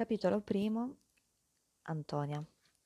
Capitolo primo. Antonia.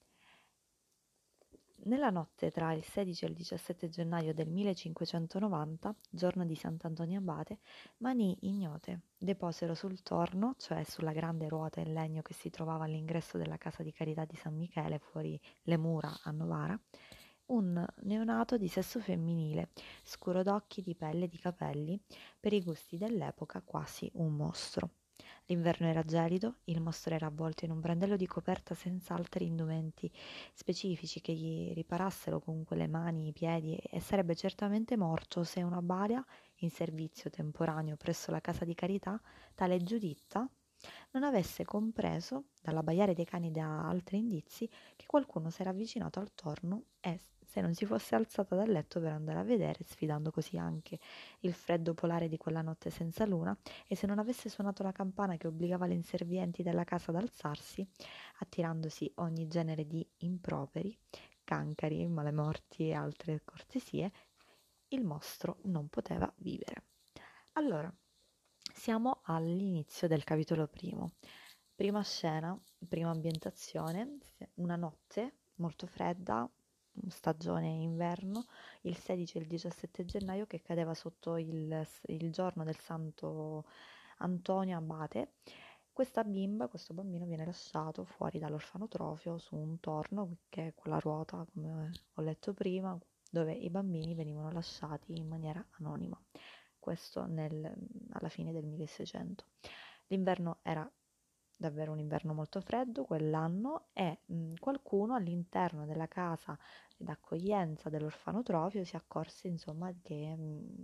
Nella notte tra il 16 e il 17 gennaio del 1590, giorno di Sant'Antonio Abate, mani ignote deposero sul torno, cioè sulla grande ruota in legno che si trovava all'ingresso della casa di carità di San Michele fuori le mura a Novara, un neonato di sesso femminile, scuro d'occhi, di pelle e di capelli, per i gusti dell'epoca quasi un mostro. L'inverno era gelido, il mostro era avvolto in un brandello di coperta senza altri indumenti specifici che gli riparassero comunque le mani, i piedi, e sarebbe certamente morto se una balia in servizio temporaneo presso la casa di carità, tale Giuditta, non avesse compreso, dall'abbaiare dei cani e da altri indizi, che qualcuno s'era avvicinato al torno e se non si fosse alzata dal letto per andare a vedere, sfidando così anche il freddo polare di quella notte senza luna, e se non avesse suonato la campana che obbligava le inservienti della casa ad alzarsi, attirandosi ogni genere di improperi, cancari, malemorti e altre cortesie, il mostro non poteva vivere. Allora, siamo all'inizio del capitolo primo. Prima scena, prima ambientazione, una notte molto fredda, stagione inverno, il 16 e il 17 gennaio che cadeva sotto il giorno del Santo Antonio Abate. Questo bambino viene lasciato fuori dall'orfanotrofio su un torno, che è quella ruota, come ho letto prima, dove i bambini venivano lasciati in maniera anonima. Questo alla fine del 1600. L'inverno era davvero un inverno molto freddo quell'anno e qualcuno all'interno della casa d'accoglienza dell'orfanotrofio si accorse insomma che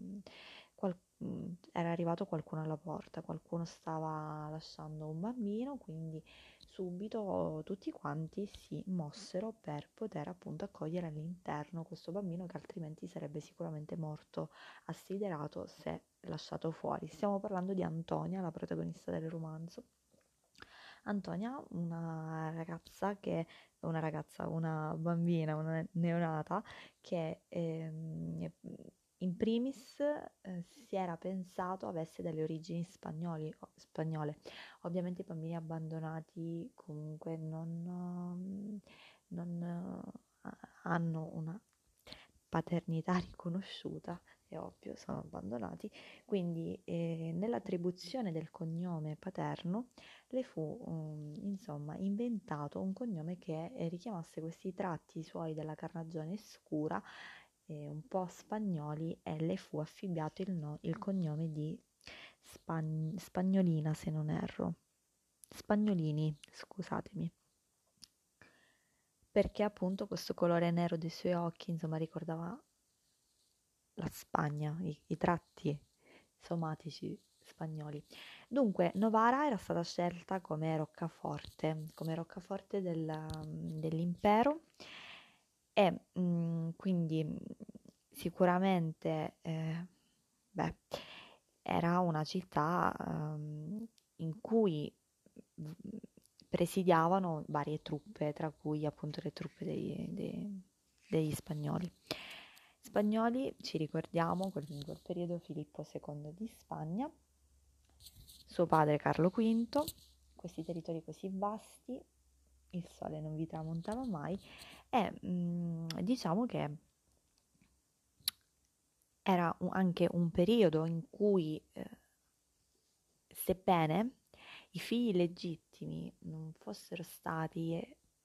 era arrivato qualcuno alla porta, qualcuno stava lasciando un bambino, quindi subito tutti quanti si mossero per poter appunto accogliere all'interno questo bambino che altrimenti sarebbe sicuramente morto assiderato se lasciato fuori. Stiamo parlando di Antonia, la protagonista del romanzo. Antonia, una bambina, una neonata che in primis si era pensato avesse delle origini spagnole. Ovviamente i bambini abbandonati comunque non hanno una paternità riconosciuta, è ovvio, sono abbandonati, quindi nell'attribuzione del cognome paterno le fu insomma inventato un cognome che richiamasse questi tratti suoi della carnagione scura, un po' spagnoli, e le fu affibbiato il cognome di Spagnolina, se non erro. Spagnolini, scusatemi, perché appunto questo colore nero dei suoi occhi insomma ricordava la Spagna, i tratti somatici spagnoli. Dunque, Novara era stata scelta come roccaforte dell'impero e quindi sicuramente era una città in cui presidiavano varie truppe, tra cui appunto le truppe degli spagnoli. Spagnoli, ci ricordiamo, in quel periodo Filippo II di Spagna, suo padre Carlo V, questi territori così vasti, il sole non vi tramontava mai e diciamo che era anche un periodo in cui, sebbene i figli legittimi non fossero stati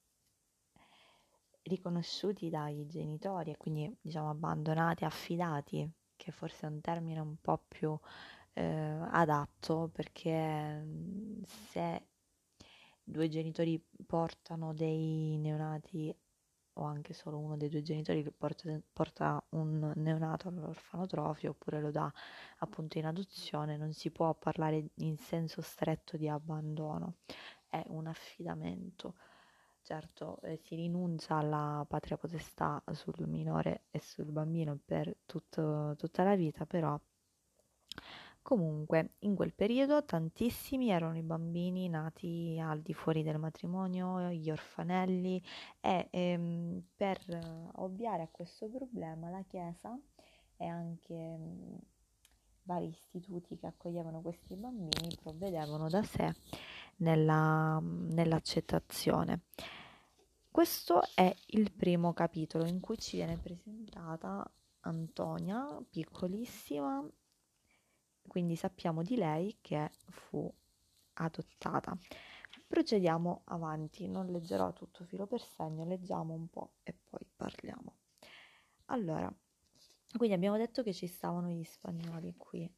riconosciuti dai genitori e quindi diciamo abbandonati, affidati, che forse è un termine un po' più adatto, perché se due genitori portano dei neonati o anche solo uno dei due genitori porta un neonato all'orfanotrofio oppure lo dà appunto in adozione, non si può parlare in senso stretto di abbandono, è un affidamento. Certo, si rinuncia alla patria potestà sul minore e sul bambino per tutta la vita, però comunque in quel periodo tantissimi erano i bambini nati al di fuori del matrimonio, gli orfanelli e per ovviare a questo problema la Chiesa e anche vari istituti che accoglievano questi bambini provvedevano da sé nell'accettazione. Questo è il primo capitolo in cui ci viene presentata Antonia, piccolissima, quindi sappiamo di lei che fu adottata. Procediamo avanti, non leggerò tutto filo per segno, leggiamo un po' e poi parliamo. Allora, quindi abbiamo detto che ci stavano gli spagnoli qui,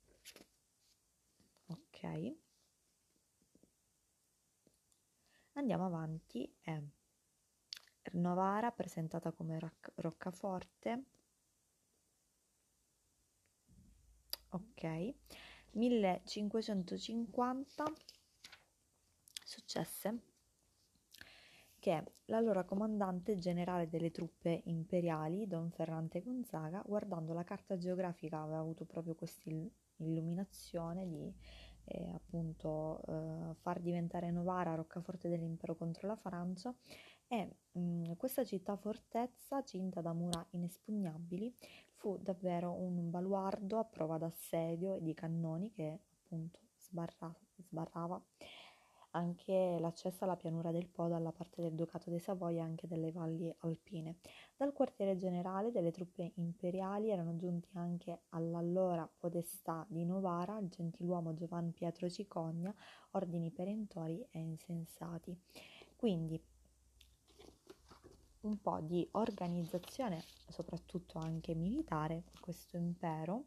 ok? Andiamo avanti, è Novara presentata come roccaforte, ok? 1550 successe che l'allora comandante generale delle truppe imperiali, Don Ferrante Gonzaga, guardando la carta geografica, aveva avuto proprio questa illuminazione di appunto far diventare Novara roccaforte dell'impero contro la Francia, e questa città fortezza, cinta da mura inespugnabili, fu davvero un baluardo a prova d'assedio e di cannoni che appunto sbarrava anche l'accesso alla pianura del Po dalla parte del Ducato di Savoia e anche delle valli alpine. Dal quartiere generale delle truppe imperiali erano giunti anche all'allora podestà di Novara il gentiluomo Giovan Pietro Cicogna, ordini perentori e insensati. Quindi un po' di organizzazione, soprattutto anche militare, per questo impero.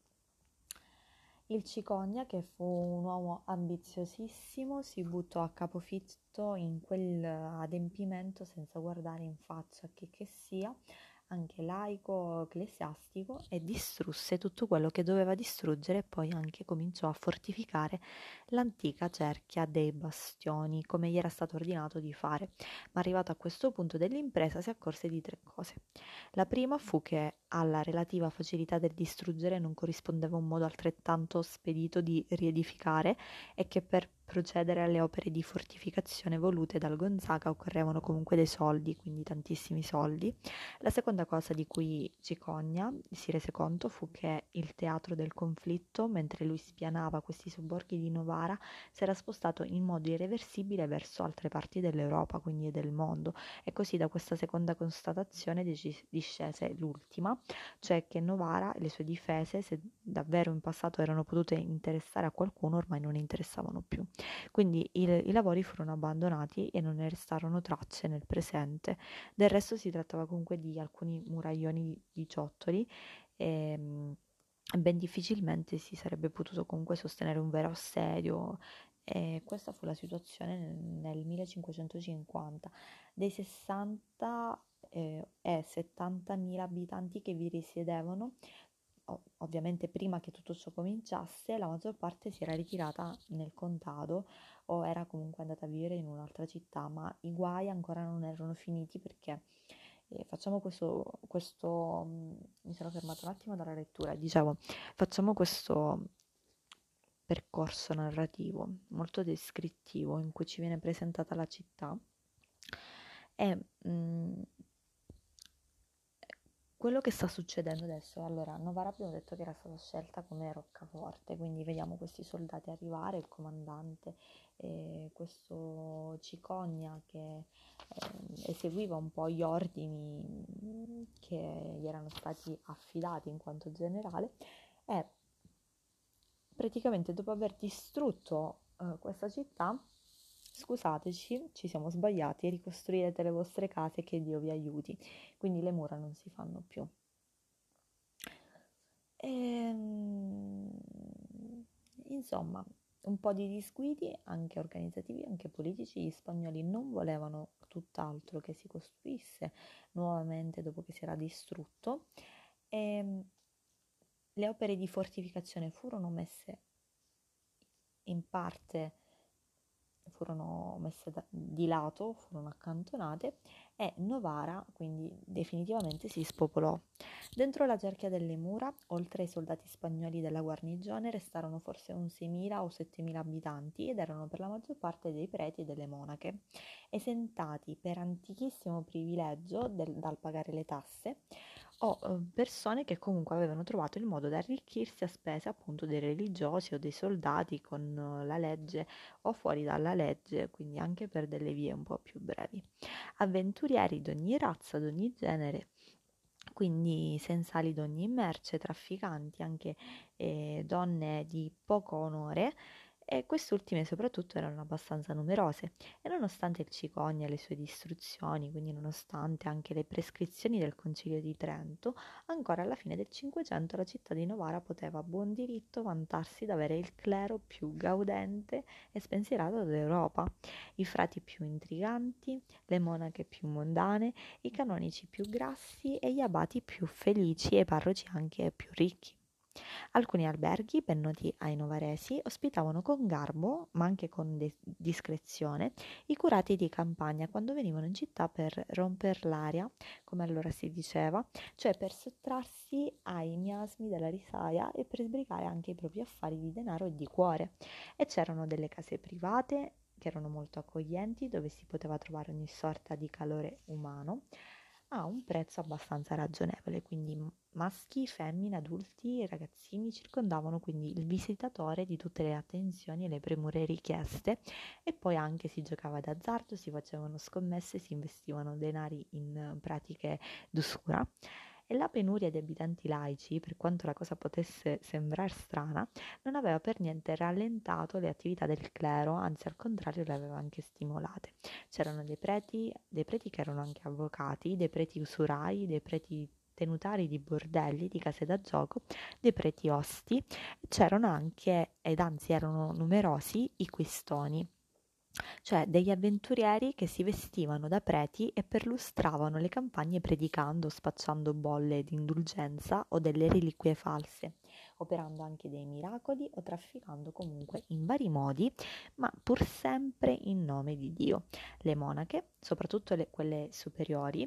Il Cicogna, che fu un uomo ambiziosissimo, si buttò a capofitto in quell'adempimento senza guardare in faccia che sia, anche laico, ecclesiastico, e distrusse tutto quello che doveva distruggere e poi anche cominciò a fortificare l'antica cerchia dei bastioni, come gli era stato ordinato di fare. Ma arrivato a questo punto dell'impresa si accorse di tre cose. La prima fu che alla relativa facilità del distruggere non corrispondeva un modo altrettanto spedito di riedificare e che per procedere alle opere di fortificazione volute dal Gonzaga occorrevano comunque dei soldi, quindi tantissimi soldi. La seconda cosa di cui Cicogna si rese conto fu che il teatro del conflitto, mentre lui spianava questi sobborghi di Novara, si era spostato in modo irreversibile verso altre parti dell'Europa, quindi del mondo, e così da questa seconda constatazione discese l'ultima, cioè che Novara e le sue difese, se davvero in passato erano potute interessare a qualcuno, ormai non ne interessavano più. Quindi i lavori furono abbandonati e non ne restarono tracce nel presente. Del resto si trattava comunque di alcuni muraglioni di ciottoli e ben difficilmente si sarebbe potuto comunque sostenere un vero assedio, e questa fu la situazione nel 1550. Dei 60 e 70.000 abitanti che vi risiedevano, ovviamente prima che tutto ciò cominciasse, la maggior parte si era ritirata nel contado o era comunque andata a vivere in un'altra città, ma i guai ancora non erano finiti perché facciamo mi sono fermata un attimo dalla lettura, dicevo, facciamo questo percorso narrativo molto descrittivo in cui ci viene presentata la città e quello che sta succedendo adesso. Allora, Novara abbiamo detto che era stata scelta come roccaforte, quindi vediamo questi soldati arrivare, il comandante, questo Cicogna che eseguiva un po' gli ordini che gli erano stati affidati in quanto generale, e praticamente dopo aver distrutto questa città, scusateci, ci siamo sbagliati, ricostruirete le vostre case, che Dio vi aiuti. Quindi le mura non si fanno più. Insomma, un po' di disguidi anche organizzativi, anche politici. Gli spagnoli non volevano tutt'altro che si costruisse nuovamente dopo che si era distrutto, e le opere di fortificazione furono messe in parte, furono messe di lato, furono accantonate, e Novara quindi definitivamente si spopolò. Dentro la cerchia delle mura, oltre ai soldati spagnoli della guarnigione, restarono forse un 6.000 o 7.000 abitanti, ed erano per la maggior parte dei preti e delle monache, esentati per antichissimo privilegio dal pagare le tasse, o persone che comunque avevano trovato il modo di arricchirsi a spese appunto dei religiosi o dei soldati con la legge o fuori dalla legge, quindi anche per delle vie un po' più brevi. Avventurieri d'ogni razza, d'ogni genere, quindi sensali d'ogni merce, trafficanti, anche donne di poco onore, e queste ultime soprattutto erano abbastanza numerose e nonostante il cicogna e le sue distruzioni, quindi nonostante anche le prescrizioni del Concilio di Trento, ancora alla fine del Cinquecento la città di Novara poteva a buon diritto vantarsi di avere il clero più gaudente e spensierato d'Europa, i frati più intriganti, le monache più mondane, i canonici più grassi e gli abati più felici e i parroci anche più ricchi. Alcuni alberghi, ben noti ai novaresi, ospitavano con garbo, ma anche con discrezione, i curati di campagna quando venivano in città per romper l'aria, come allora si diceva, cioè per sottrarsi ai miasmi della risaia e per sbrigare anche i propri affari di denaro e di cuore. E c'erano delle case private che erano molto accoglienti, dove si poteva trovare ogni sorta di calore umano a un prezzo abbastanza ragionevole, quindi maschi, femmine, adulti e ragazzini circondavano quindi il visitatore di tutte le attenzioni e le premure richieste, e poi anche si giocava d'azzardo, si facevano scommesse, si investivano denari in pratiche d'usura. E la penuria di abitanti laici, per quanto la cosa potesse sembrare strana, non aveva per niente rallentato le attività del clero, anzi al contrario le aveva anche stimolate. C'erano dei preti che erano anche avvocati, dei preti usurai, dei preti tenutari di bordelli, di case da gioco, dei preti osti, e c'erano anche, ed anzi erano numerosi, i quistoni, cioè degli avventurieri che si vestivano da preti e perlustravano le campagne predicando, spacciando bolle di indulgenza o delle reliquie false, operando anche dei miracoli o trafficando comunque in vari modi, ma pur sempre in nome di Dio. Le monache, soprattutto quelle superiori,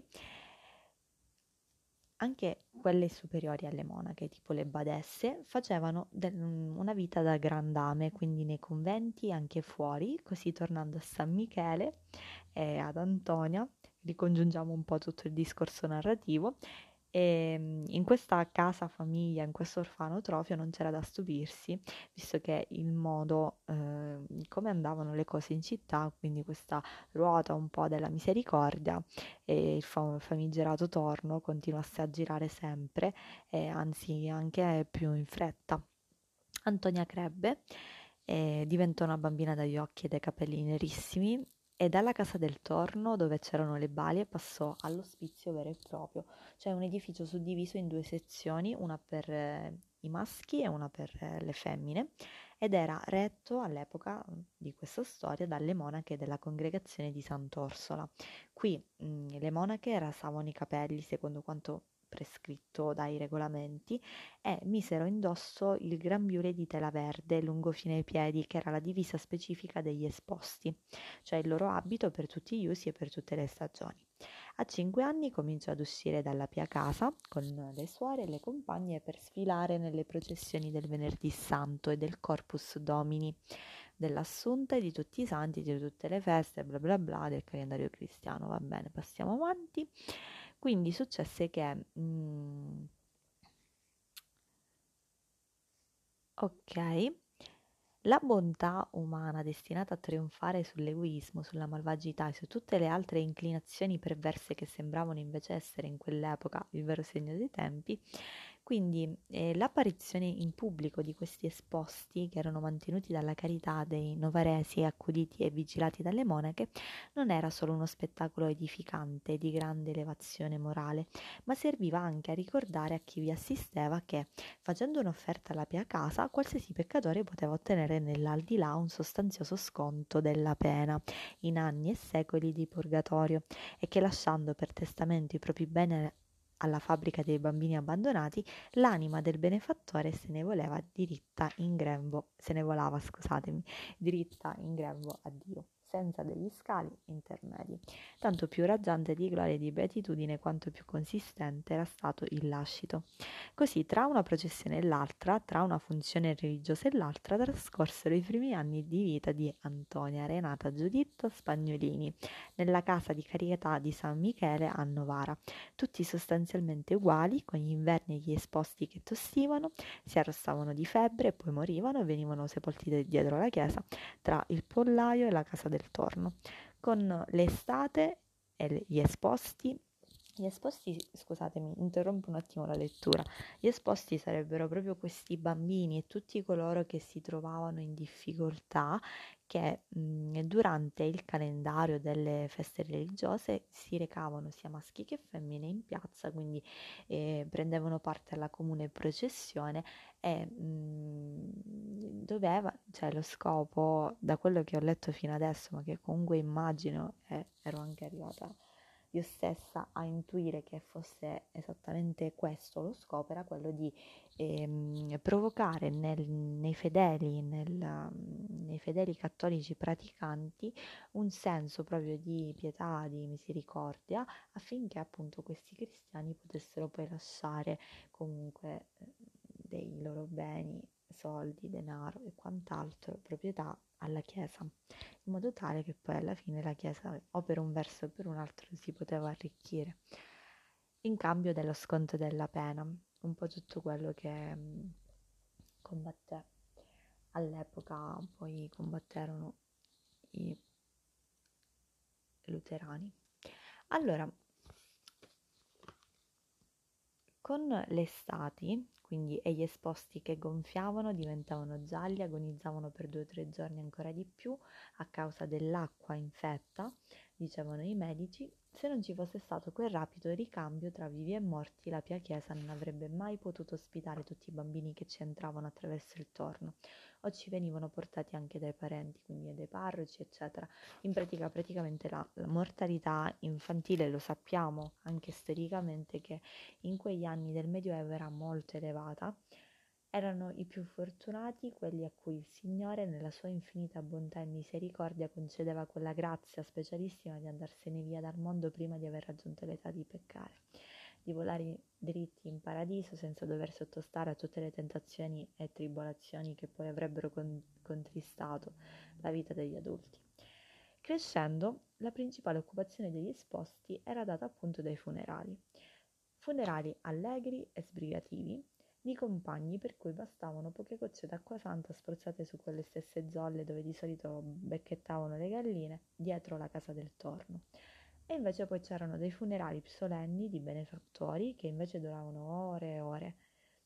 anche quelle superiori alle monache, tipo le badesse, facevano una vita da grandame, quindi nei conventi e anche fuori, così tornando a San Michele e ad Antonia, ricongiungiamo un po' tutto il discorso narrativo, e in questa casa famiglia, in questo orfanotrofio non c'era da stupirsi, visto che il modo, come andavano le cose in città, quindi questa ruota un po' della misericordia, e il famigerato torno continuasse a girare sempre, e anzi anche più in fretta. Antonia crebbe, diventò una bambina dagli occhi e dai capelli nerissimi, e dalla casa del torno, dove c'erano le balie, passò all'ospizio vero e proprio, cioè un edificio suddiviso in due sezioni, una per i maschi e una per le femmine, ed era retto all'epoca di questa storia dalle monache della congregazione di Sant'Orsola. Qui le monache rasavano i capelli secondo quanto prescritto dai regolamenti e misero indosso il grembiule di tela verde lungo fino ai piedi, che era la divisa specifica degli esposti, cioè il loro abito per tutti gli usi e per tutte le stagioni. A 5 anni cominciò ad uscire dalla Pia Casa con le suore e le compagne per sfilare nelle processioni del Venerdì Santo e del Corpus Domini, dell'Assunta e di tutti i santi, di tutte le feste, bla bla bla, del calendario cristiano. Va bene, passiamo avanti. Quindi successe che ok, la bontà umana destinata a trionfare sull'egoismo, sulla malvagità e su tutte le altre inclinazioni perverse che sembravano invece essere in quell'epoca il vero segno dei tempi, quindi l'apparizione in pubblico di questi esposti, che erano mantenuti dalla carità dei novaresi, accuditi e vigilati dalle monache, non era solo uno spettacolo edificante di grande elevazione morale, ma serviva anche a ricordare a chi vi assisteva che, facendo un'offerta alla Pia Casa, qualsiasi peccatore poteva ottenere nell'aldilà un sostanzioso sconto della pena in anni e secoli di purgatorio, e che lasciando per testamento i propri beni alla fabbrica dei bambini abbandonati, l'anima del benefattore se ne volava, scusatemi, diritta in grembo a Dio. senza degli scali intermedi. Tanto più raggiante di gloria e di beatitudine quanto più consistente era stato il lascito. Così tra una processione e l'altra, tra una funzione religiosa e l'altra, trascorsero i primi anni di vita di Antonia Renata Giuditta Spagnolini nella casa di carità di San Michele a Novara, tutti sostanzialmente uguali, con gli inverni e gli esposti che tossivano, si arrossavano di febbre e poi morivano e venivano sepolti dietro la chiesa, tra il pollaio e la casa del torno, con l'estate e gli esposti, scusatemi, interrompo un attimo la lettura. Gli esposti sarebbero proprio questi bambini e tutti coloro che si trovavano in difficoltà, che durante il calendario delle feste religiose si recavano sia maschi che femmine in piazza, quindi prendevano parte alla comune processione e cioè lo scopo, da quello che ho letto fino adesso, ma che comunque immagino e ero anche arrivata io stessa a intuire che fosse esattamente questo lo scopo, era quello di provocare nei fedeli cattolici praticanti un senso proprio di pietà, di misericordia, affinché appunto questi cristiani potessero poi lasciare comunque dei loro beni, soldi, denaro e quant'altro, proprietà alla Chiesa, in modo tale che poi alla fine la Chiesa o per un verso o per un altro si poteva arricchire in cambio dello sconto della pena, un po' tutto quello che combatté all'epoca, poi combatterono i luterani. Allora, con le estati, quindi e gli esposti che gonfiavano, diventavano gialli, agonizzavano per 2 o 3 giorni ancora di più a causa dell'acqua infetta, dicevano i medici. Se non ci fosse stato quel rapido ricambio tra vivi e morti, la Pia Chiesa non avrebbe mai potuto ospitare tutti i bambini che ci entravano attraverso il torno, o ci venivano portati anche dai parenti, quindi dai parroci, eccetera. In pratica, praticamente la mortalità infantile, lo sappiamo anche storicamente, che in quegli anni del Medioevo era molto elevata. Erano i più fortunati quelli a cui il Signore, nella sua infinita bontà e misericordia, concedeva quella grazia specialissima di andarsene via dal mondo prima di aver raggiunto l'età di peccare, di volare dritti in paradiso senza dover sottostare a tutte le tentazioni e tribolazioni che poi avrebbero contristato la vita degli adulti. Crescendo, la principale occupazione degli esposti era data appunto dai funerali allegri e sbrigativi, di compagni per cui bastavano poche gocce d'acqua santa spruzzate su quelle stesse zolle dove di solito becchettavano le galline, dietro la casa del torno. E invece poi c'erano dei funerali più solenni di benefattori che invece duravano ore e ore.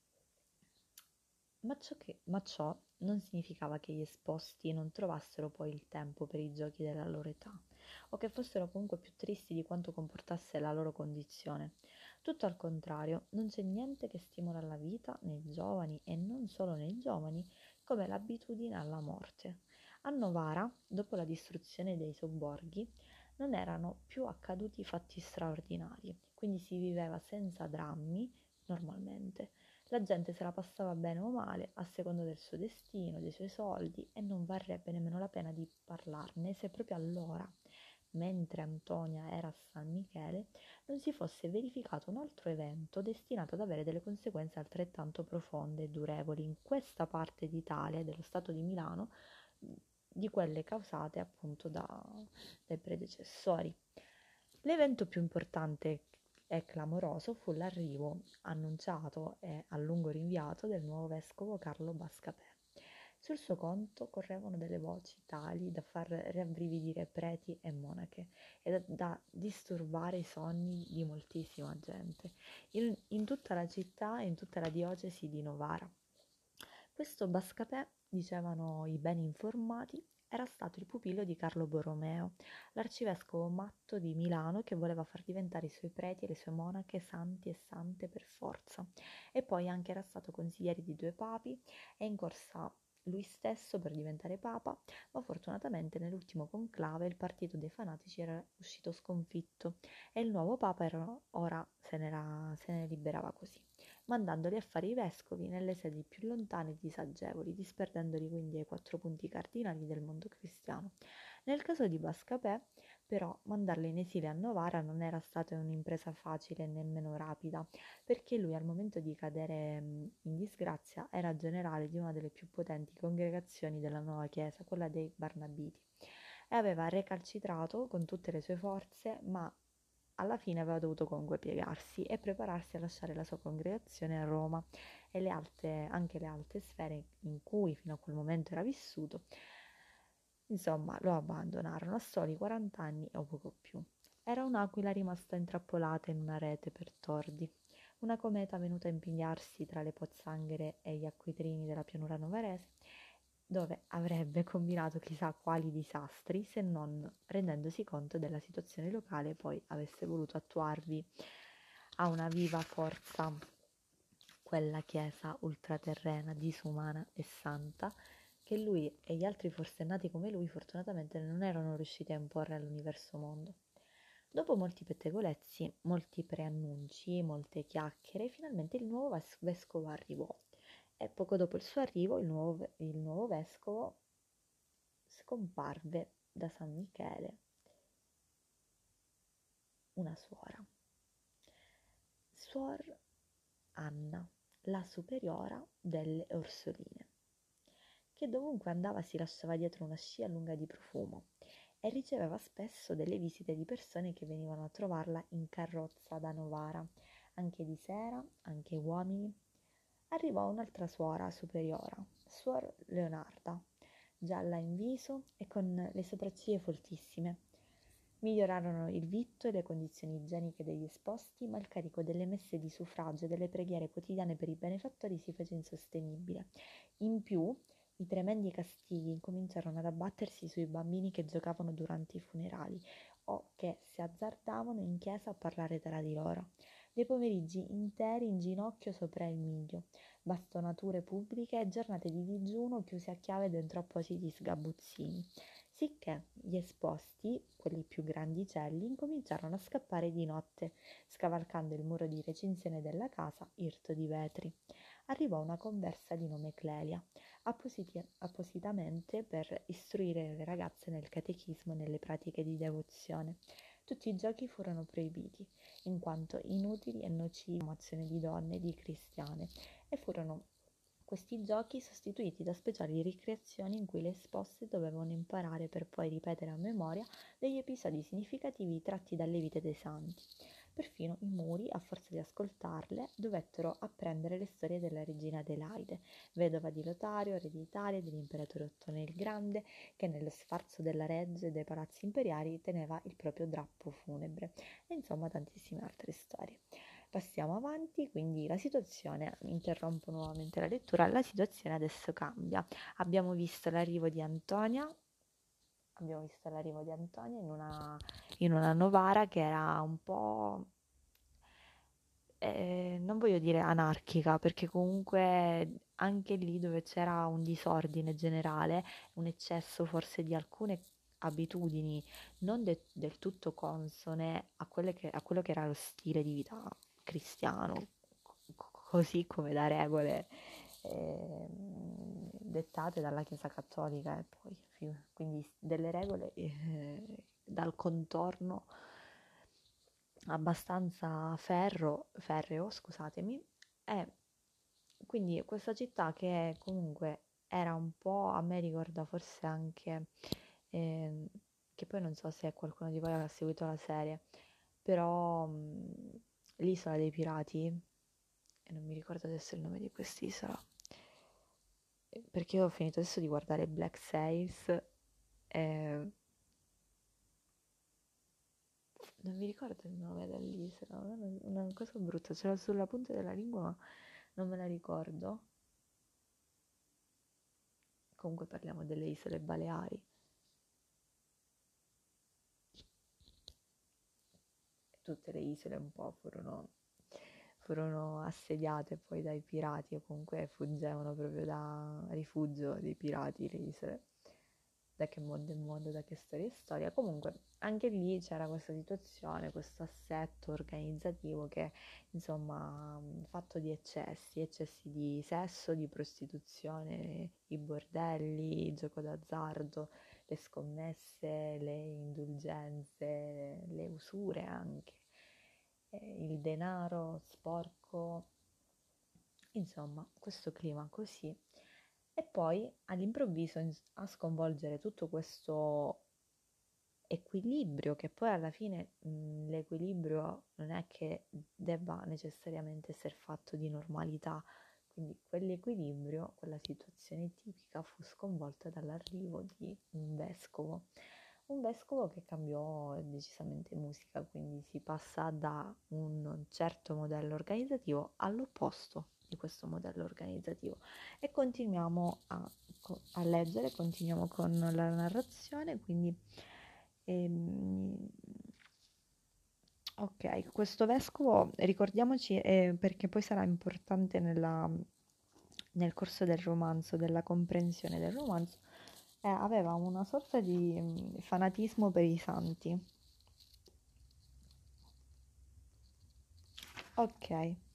Ma ciò non significava che gli esposti non trovassero poi il tempo per i giochi della loro età, o che fossero comunque più tristi di quanto comportasse la loro condizione. Tutto al contrario, non c'è niente che stimola la vita nei giovani e non solo nei giovani come l'abitudine alla morte. A Novara, dopo la distruzione dei sobborghi, non erano più accaduti fatti straordinari, quindi si viveva senza drammi normalmente. La gente se la passava bene o male, a seconda del suo destino, dei suoi soldi, e non varrebbe nemmeno la pena di parlarne se proprio allora, mentre Antonia era a San Michele, non si fosse verificato un altro evento destinato ad avere delle conseguenze altrettanto profonde e durevoli in questa parte d'Italia e dello Stato di Milano di quelle causate appunto dai predecessori. L'evento più importante e clamoroso fu l'arrivo annunciato e a lungo rinviato del nuovo vescovo Carlo Bascapè. Sul suo conto correvano delle voci tali da far rabbrividire preti e monache e da disturbare i sonni di moltissima gente in tutta la città e in tutta la diocesi di Novara. Questo Bascapè, dicevano i ben informati, era stato il pupillo di Carlo Borromeo, l'arcivescovo matto di Milano che voleva far diventare i suoi preti e le sue monache santi e sante per forza. E poi anche era stato consigliere di 2 papi e in corsa lui stesso per diventare papa, ma fortunatamente nell'ultimo conclave il partito dei fanatici era uscito sconfitto e il nuovo papa ora se ne liberava così, mandandoli a fare i vescovi nelle sedi più lontane e disagevoli, disperdendoli quindi ai 4 punti cardinali del mondo cristiano. Nel caso di Bascapè, però, mandarlo in esilio a Novara non era stata un'impresa facile e nemmeno rapida, perché lui al momento di cadere in disgrazia era generale di una delle più potenti congregazioni della nuova chiesa, quella dei Barnabiti, e aveva recalcitrato con tutte le sue forze, ma alla fine aveva dovuto comunque piegarsi e prepararsi a lasciare la sua congregazione a Roma e anche le alte sfere in cui fino a quel momento era vissuto, insomma, lo abbandonarono a soli 40 anni o poco più. Era un'aquila rimasta intrappolata in una rete per tordi, una cometa venuta a impigliarsi tra le pozzanghere e gli acquitrini della pianura novarese, dove avrebbe combinato chissà quali disastri se non rendendosi conto della situazione locale poi avesse voluto attuarvi a una viva forza quella chiesa ultraterrena, disumana e santa che lui e gli altri forsennati come lui fortunatamente non erano riusciti a imporre all'universo mondo. Dopo molti pettegolezzi, molti preannunci, molte chiacchiere, finalmente il nuovo vescovo arrivò e poco dopo il suo arrivo il nuovo vescovo scomparve da San Michele una suora, Suor Anna, la superiora delle Orsoline, che dovunque andava si lasciava dietro una scia lunga di profumo e riceveva spesso delle visite di persone che venivano a trovarla in carrozza da Novara, anche di sera, anche uomini. Arrivò un'altra suora superiora, Suor Leonarda, gialla in viso e con le sopracciglia foltissime. Migliorarono il vitto e le condizioni igieniche degli esposti, ma il carico delle messe di suffragio e delle preghiere quotidiane per i benefattori si fece insostenibile. In più, i tremendi castighi incominciarono ad abbattersi sui bambini che giocavano durante i funerali o che si azzardavano in chiesa a parlare tra di loro. Dei pomeriggi interi in ginocchio sopra il miglio, bastonature pubbliche e giornate di digiuno chiuse a chiave dentro appositi sgabuzzini, sicché gli esposti, quelli più grandicelli, incominciarono a scappare di notte, scavalcando il muro di recinzione della casa irto di vetri. Arrivò una conversa di nome Clelia, appositamente per istruire le ragazze nel catechismo e nelle pratiche di devozione. Tutti i giochi furono proibiti, in quanto inutili e nocivi alla formazione di donne e di cristiane, e furono questi giochi sostituiti da speciali ricreazioni in cui le esposte dovevano imparare per poi ripetere a memoria degli episodi significativi tratti dalle vite dei santi. Perfino i muri, a forza di ascoltarle, dovettero apprendere le storie della regina Adelaide, vedova di Lotario, re d'Italia, dell'imperatore Ottone il Grande, che nello sfarzo della reggia e dei palazzi imperiali teneva il proprio drappo funebre, e insomma tantissime altre storie. Passiamo avanti, quindi la situazione, interrompo nuovamente la lettura, la situazione adesso cambia. Abbiamo visto l'arrivo di Antonia in una Novara che era un po', non voglio dire anarchica, perché comunque anche lì dove c'era un disordine generale, un eccesso forse di alcune abitudini non del tutto consone a quello che era lo stile di vita cristiano, così come da regole dettate dalla Chiesa Cattolica e poi quindi delle regole dal contorno abbastanza ferreo, scusatemi, e quindi questa città che comunque era un po', a me ricorda forse anche, ehm, che poi non so se qualcuno di voi ha seguito la serie, però l'Isola dei Pirati, e non mi ricordo adesso il nome di quest'isola, perché io ho finito adesso di guardare Black Sails e non mi ricordo il nome dell'isola, una cosa brutta, ce l'ho sulla punta della lingua ma non me la ricordo. Comunque parliamo delle isole Baleari. Tutte le isole un po' furono assediate poi dai pirati o comunque fuggevano proprio da rifugio dei pirati le isole. Da che mondo è mondo, da che storia è storia. Comunque anche lì c'era questa situazione, questo assetto organizzativo che insomma fatto di eccessi di sesso, di prostituzione, i bordelli, il gioco d'azzardo, le scommesse, le indulgenze, le usure anche, il denaro sporco, insomma, questo clima così. E poi all'improvviso a sconvolgere tutto questo equilibrio, che poi alla fine l'equilibrio non è che debba necessariamente essere fatto di normalità, quindi quell'equilibrio, quella situazione tipica fu sconvolta dall'arrivo di un vescovo che cambiò decisamente musica, quindi si passa da un certo modello organizzativo all'opposto di questo modello organizzativo e continuiamo a leggere, continuiamo con la narrazione, quindi ok, questo vescovo, ricordiamoci, perché poi sarà importante nel corso del romanzo, della comprensione del romanzo, aveva una sorta di fanatismo per i santi. Ok,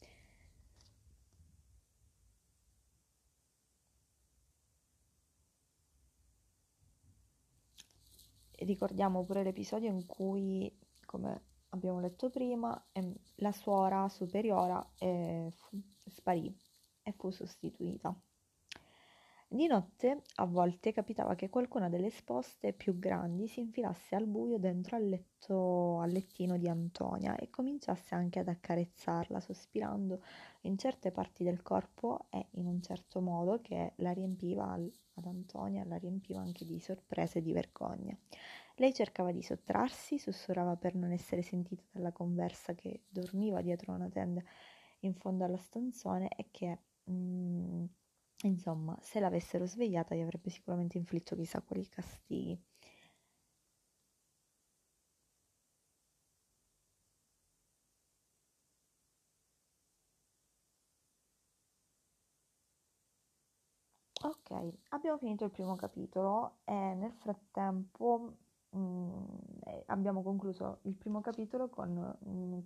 ricordiamo pure l'episodio in cui, come abbiamo letto prima, la suora superiora sparì e fu sostituita. Di notte a volte capitava che qualcuna delle esposte più grandi si infilasse al buio dentro al lettino di Antonia e cominciasse anche ad accarezzarla, sospirando in certe parti del corpo e in un certo modo che la riempiva ad Antonia, la riempiva anche di sorpresa e di vergogna. Lei cercava di sottrarsi, sussurrava per non essere sentita dalla conversa che dormiva dietro una tenda in fondo alla stanzone e che, insomma, se l'avessero svegliata gli avrebbe sicuramente inflitto chissà quali castighi. Ok, abbiamo finito il primo capitolo e nel frattempo abbiamo concluso il primo capitolo con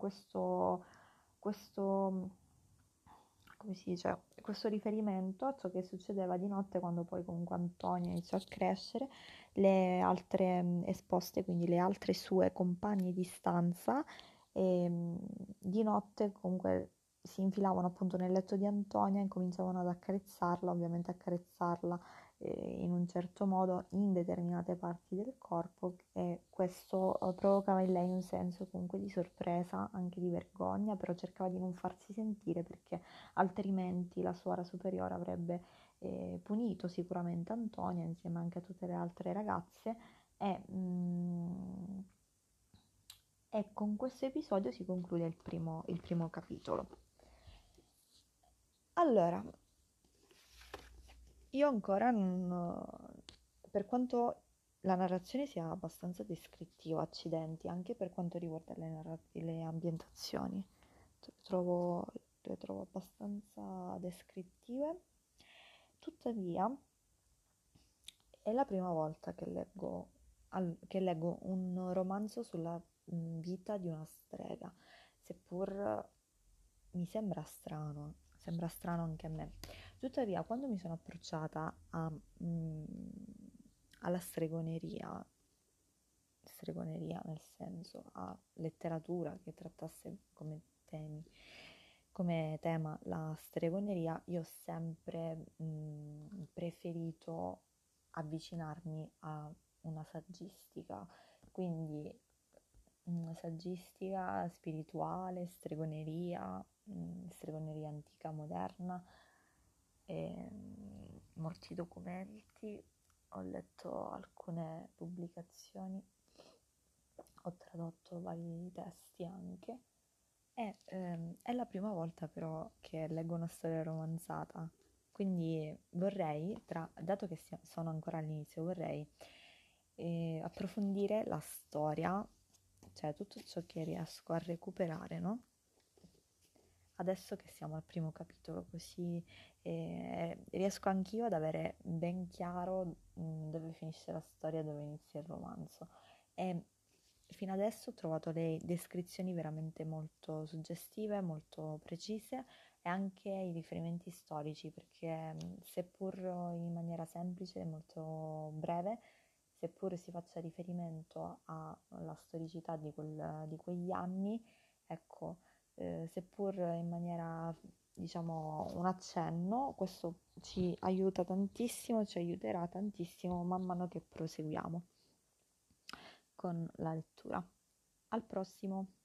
questo, come si dice, questo riferimento a ciò che succedeva di notte quando poi comunque Antonia iniziò a crescere, le altre esposte, quindi le altre sue compagne di stanza, di notte comunque si infilavano appunto nel letto di Antonia e cominciavano ad accarezzarla, ovviamente accarezzarla in un certo modo in determinate parti del corpo e questo provocava in lei un senso comunque di sorpresa, anche di vergogna, però cercava di non farsi sentire perché altrimenti la suora superiore avrebbe punito sicuramente Antonia insieme anche a tutte le altre ragazze e, e con questo episodio si conclude il primo capitolo. Allora, io ancora non... Per quanto la narrazione sia abbastanza descrittiva, accidenti, anche per quanto riguarda le ambientazioni, trovo, le trovo abbastanza descrittive. Tuttavia, è la prima volta che leggo un romanzo sulla vita di una strega, seppur mi sembra strano anche a me. Tuttavia, quando mi sono approcciata alla stregoneria nel senso a letteratura che trattasse come tema la stregoneria, io ho sempre preferito avvicinarmi a una saggistica, quindi saggistica spirituale, stregoneria antica, moderna, molti documenti, ho letto alcune pubblicazioni, ho tradotto vari testi anche e è la prima volta però che leggo una storia romanzata, quindi vorrei, dato che sono ancora all'inizio, vorrei approfondire la storia, cioè tutto ciò che riesco a recuperare, no? Adesso che siamo al primo capitolo, così riesco anch'io ad avere ben chiaro dove finisce la storia e dove inizia il romanzo. E fino adesso ho trovato le descrizioni veramente molto suggestive, molto precise e anche i riferimenti storici, perché seppur in maniera semplice e molto breve, seppur si faccia riferimento alla storicità di quegli anni, ecco, seppur in maniera, diciamo, un accenno, questo ci aiuta tantissimo, ci aiuterà tantissimo man mano che proseguiamo con la lettura. Al prossimo!